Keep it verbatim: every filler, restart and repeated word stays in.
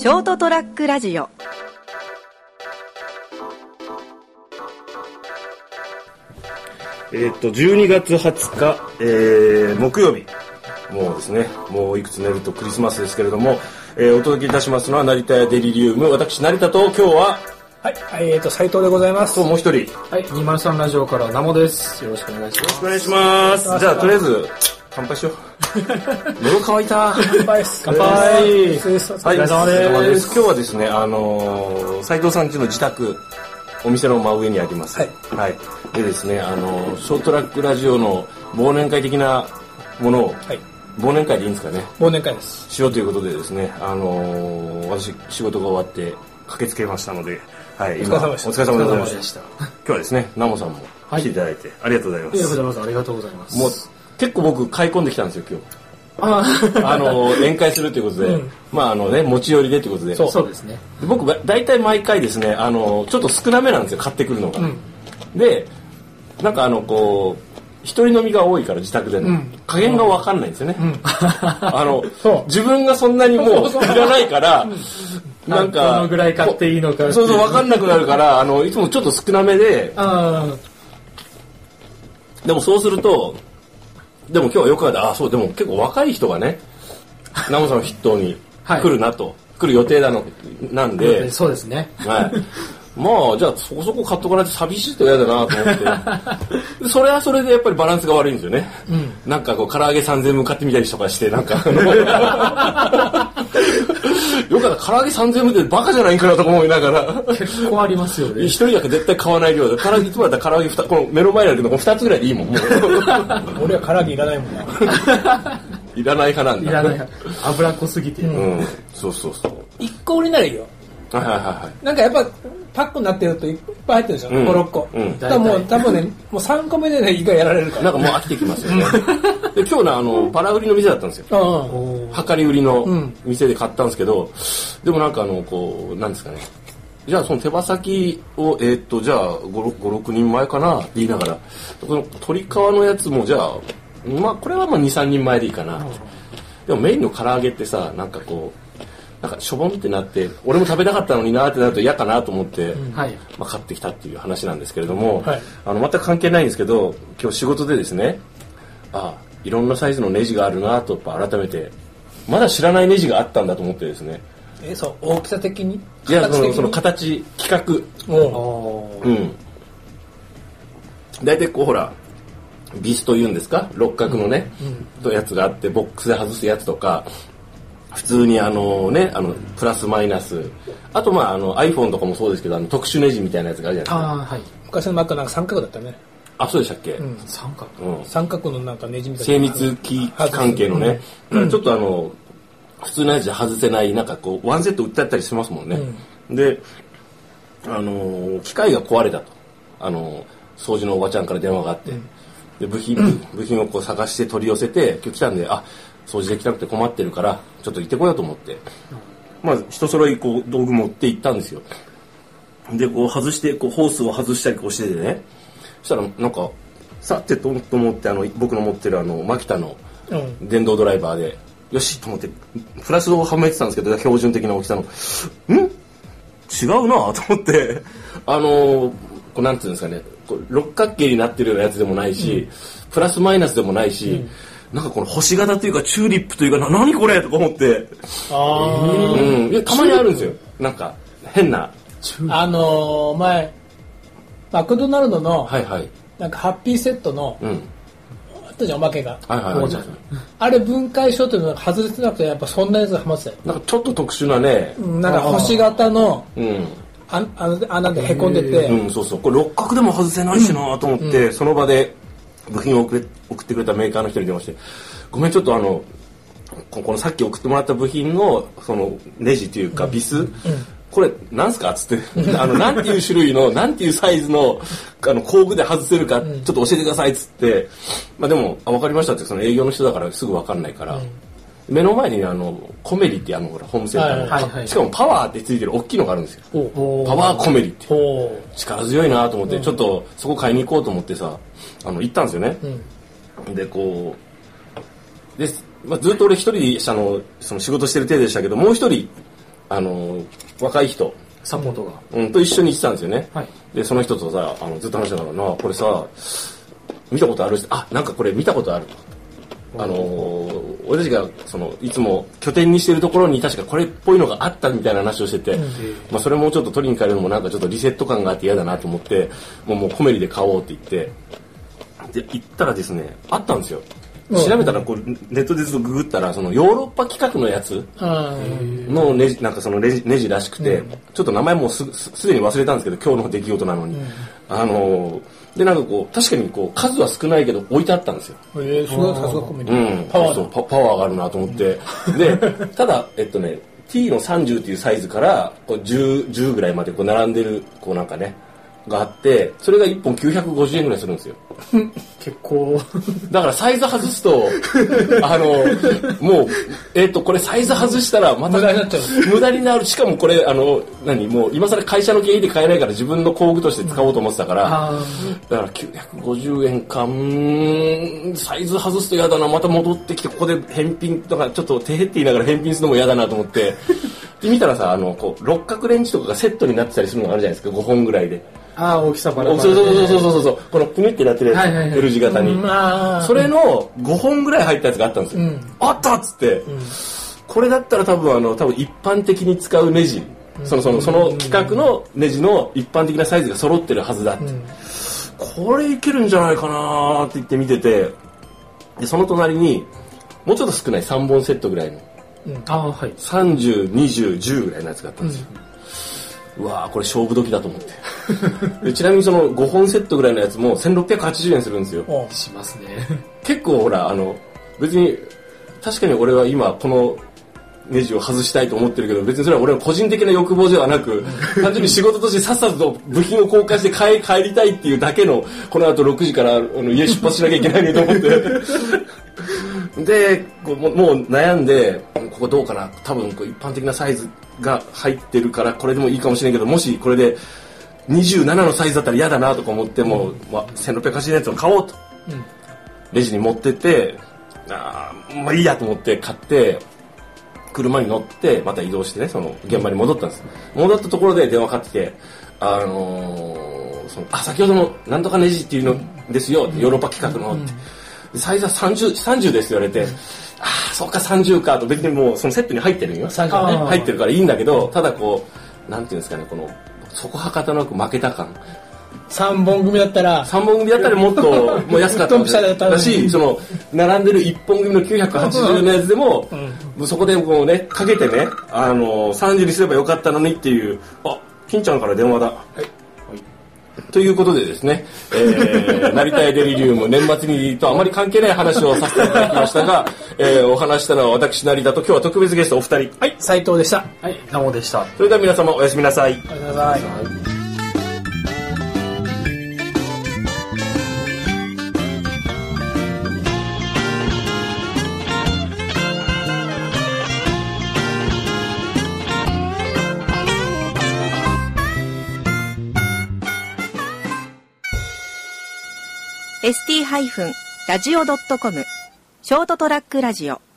ショートトラックラジオ。 えー、っとじゅうにがつはつか、えー、木曜日、もうですね、もういくつ寝るとクリスマスですけれども、えー、お届けいたしますのは成田屋デリリウム、私成田と今日ははい、えーと斉藤でございます。 ともう一人、 はい、にまるさんラジオからナモです。よろしくお願いします。 よろしくお願いします。じゃあとりあえず乾杯しよう。喉乾いた。 乾杯です。 乾杯。 はい、お疲れ様です。 今日はですね、あのー、斉藤さん家の自宅、お店の真上にあります。 はい。 はい。でですね、あのー、ショートラックラジオの忘年会的なものを、はい、忘年会でいいんですかね。 忘年会です。 しようということでですね、あのー、私仕事が終わって駆けつけましたので、はい、今お疲れ様でございました。今日はですね、ナモさんも来ていただいて、はい、ありがとうございます。 いや、こちらこそありがとうございます。 もう結構僕買い込んできたんですよ今日。ああの宴会するということで、うん、まああのね持ち寄りでということで、 そうそうですね。 で僕大体毎回ですね、あのちょっと少なめなんですよ買ってくるのが。うん、で、なんかあのこう一人飲みが多いから自宅での、うん、加減が分かんないんですよね。うん、あの自分がそんなにもういらないから。 なんかどのぐらい買っていいのかそうそう分かんなくなるからあのいつもちょっと少なめで、あでもそうするとでも今日はよくあったあそうでも結構若い人がねナモさんを筆頭に来るなと、はい、来る予定なのなんでそうですね、 はい、まあじゃあそこそこ買っとかないと寂しいと嫌だなと思ってそれはそれでやっぱりバランスが悪いんですよね、うん、なんかこう唐揚げさんぜんえん買ってみたりとかしてなんかよかった唐揚げさんぜんえんでバカじゃないかなと思いながら結構ありますよね。 一人だけ絶対買わない量で唐揚げいつもだったら唐揚げこの目の前にあるけどふたつぐらいでいいもんもう俺は唐揚げいらないもんな。 いらない派なんだ。 いらない油っこすぎて、 うんうん、そうそうそういっこ売りならいいよ。 はいはいはい、なんかやっぱパックになってるといっぱい入ってるでしょ、うん、ご、ろっこ、うん、だからもう多分ねもうさんこめでね胃がやられるからなんかもう飽きてきますよねで今日のあのバラ売りの店だったんですよ、うん、量り売りの店で買ったんですけど、うん、でもなんかあのこうなんですかねじゃあその手羽先をえー、っとじゃあご、ろくにんまえかなって言いながらこの鶏皮のやつもじゃあまあこれはまあにさんにんまえでいいかな、うん、でもメインの唐揚げってさなんかこうなんかしょぼんってなって俺も食べたかったのになってなると嫌かなと思って、うんまあ、買ってきたっていう話なんですけれども、はい、あの全く関係ないんですけど今日仕事でですねあいろんなサイズのネジがあるなと改めてまだ知らないネジがあったんだと思ってですねえそう大きさ的にいやその、その形規格うん大体こうほらビスというんですか六角のね、うん、やつがあってボックスで外すやつとか普通にあのねあのプラスマイナスあとまああの iPhone とかもそうですけどあの特殊ネジみたいなやつがあるじゃないですか。あ、はい、 昔の Mac なんか三角だったね。 あそうでしたっけ、 うん、三角、うん、三角のなんかネジみたいな精密機関係のね、うん、ちょっとあの普通のやつじゃ外せないなんかこうワンセット売ってあったりしますもんね、うん、であの機械が壊れたとあの掃除のおばちゃんから電話があって、うん、で部品部品をこう探して取り寄せて今日来たんであ掃除できなくて困ってるからちょっと行ってこようと思って、まあ一揃いこう道具持って行ったんですよ。でこう外してこうホースを外したりこうしててね、そしたらなんかさてと思ってあの僕の持ってるあのマキタの電動ドライバーで、うん、よしと思ってプラスをはめてたんですけど標準的な大きさのん違うなと思ってあのこうなんていうんですかねこう六角形になってるようなやつでもないし、うん、プラスマイナスでもないし。うんなんかこの星型というかチューリップというかな何これとか思ってあ、うん、いやたまにあるんですよなんか変なあのー、前マクドナルドの、はいはい、なんかハッピーセットの、うん、あったじゃんおまけが、はいはいはいはい、あれ分解しようというのが外れてなくてやっぱそんなやつがはまってたよなんかちょっと特殊なねなんか星型のうんああの穴でへこんでて、 うん、そうそうこれ六角でも外せないしなと思って、うん、その場で部品を送れ送ってくれたメーカーの人に電話してごめんちょっとあのこのさっき送ってもらった部品のそのネジというかビス、うんうん、これなんすかっつってあのなんていう種類のなんていうサイズのあの工具で外せるかちょっと教えてくださいっつって、まあ、でもあ分かりましたってその営業の人だからすぐ分かんないから、うん、目の前にあのコメリってあのほらホームセンターの、はいはいはい、しかもパワーってついてる大きいのがあるんですよ。パワーコメリって力強いなと思ってちょっとそこ買いに行こうと思ってさあの行ったんですよね、うん、でこうで、まあ、ずっと俺一人であのその仕事してる程度でしたけどもう一人あの若い人サポートが、 うん、と一緒に行ってたんですよね、 はい、 でその人とさあのずっと話しながらなこれさ見たことあるしあなんかこれ見たことあるあのー、俺たちがそのいつも拠点にしてるところに確かこれっぽいのがあったみたいな話をしてて、うんまあ、それもちょっと取りに帰るのもなんかちょっとリセット感があって嫌だなと思ってもう、もうコメリで買おうって言ってで行ったらですねあったんですよ。調べたらこうネットでずっとググったらそのヨーロッパ規格のやつのネジなんかそのネジ、ネジらしくて、うん、ちょっと名前もうすすでに忘れたんですけど今日の出来事なのに、うん、あのーでなんかこう確かにこう数は少ないけど置いてあったんですよ。 ええすごいさすがコメディ、 うん、パワーそうパ、パワーがあるなと思って、うん、でただえっとね T のさんじゅうっていうサイズからこう 10, 10ぐらいまでこう並んでるこうなんかねがあってそれがいっぽんきゅうひゃくごじゅうえんぐらいするんですよ。 結構だからサイズ外すとあのもうえっ、ー、とこれサイズ外したらまた無駄になっちゃう無駄になるしかもこれあの何もう今更会社の経費で買えないから自分の工具として使おうと思ってたから、うん、だからきゅうひゃくごじゅうえんかんサイズ外すと嫌だなまた戻ってきてここで返品とかちょっと手減って言いながら返品するのも嫌だなと思ってで見たらさあのこう六角レンチとかがセットになってたりするのがあるじゃないですかごほんぐらいで。 ああ大きさバラバラでそうそうそうそうそうそうこのプニってなってるやつ、はいはいはい、L 字型に、うん、それのごほんぐらい入ったやつがあったんですよ、うん、あったっつって、うん、これだったら多分あの多分一般的に使うネジ、うん、そのそのその規格のネジの一般的なサイズが揃ってるはずだって、うん、これいけるんじゃないかなって言って見ててでその隣にもうちょっと少ないさんぼんセットぐらいの、 うん、あはい、 さんじゅう、にじゅう、じゅうぐらいのやつがあったんですよ、うん、うわーこれ勝負時だと思ってでちなみにそのごほんセットぐらいのやつもせんろっぴゃくはちじゅうえんするんですよ。 しますね結構ほらあの別に確かに俺は今このネジを外したいと思ってるけど別にそれは俺の個人的な欲望ではなく単純に仕事としてさっさと部品を交換して帰, 帰りたいっていうだけのこの後ろくじからあの家出発しなきゃいけないねと思ってでこうもう悩んでここどうかな多分こう一般的なサイズが入ってるからこれでもいいかもしれないけどもしこれでにじゅうななのサイズだったら嫌だなとか思っても、うんまあ、せんろっぴゃくはちじゅうえんのやつを買おうと、うん、レジに持ってってあまあいいやと思って買って車に乗ってまた移動してねその現場に戻ったんです、うん、戻ったところで電話かかってきてあのー、そのあ先ほどのなんとかネジっていうのですよ、うん、ヨーロッパ規格のって、うん、サイズはさんじゅう、さんじゅうですって言われて、うん、ああそうかさんじゅうかと別にもうそのセットに入ってるよ、ね、入ってるからいいんだけどただこうなんていうんですかねこのそこはかとなく負けた感さんぼん組だったらさんぼん組だったらもっともう安かっただしその並んでるいっぽん組のきゅうひゃくはちじゅうえんのやつでも、うん、そこでこうねかけてねあのさんじゅうにすればよかったのにっていうあ金ちゃんから電話だ、はいはい、ということでですね、えー、成田エデリリウム年末にとあまり関係ない話をさせていただきましたが、えー、お話したのは私成田と今日は特別ゲストお二人はい斉藤でしたはい直でしたそれでは皆様おやすみなさい。 おやすみなさい。 エスティー ラジオ ドットコム ショートトラックラジオ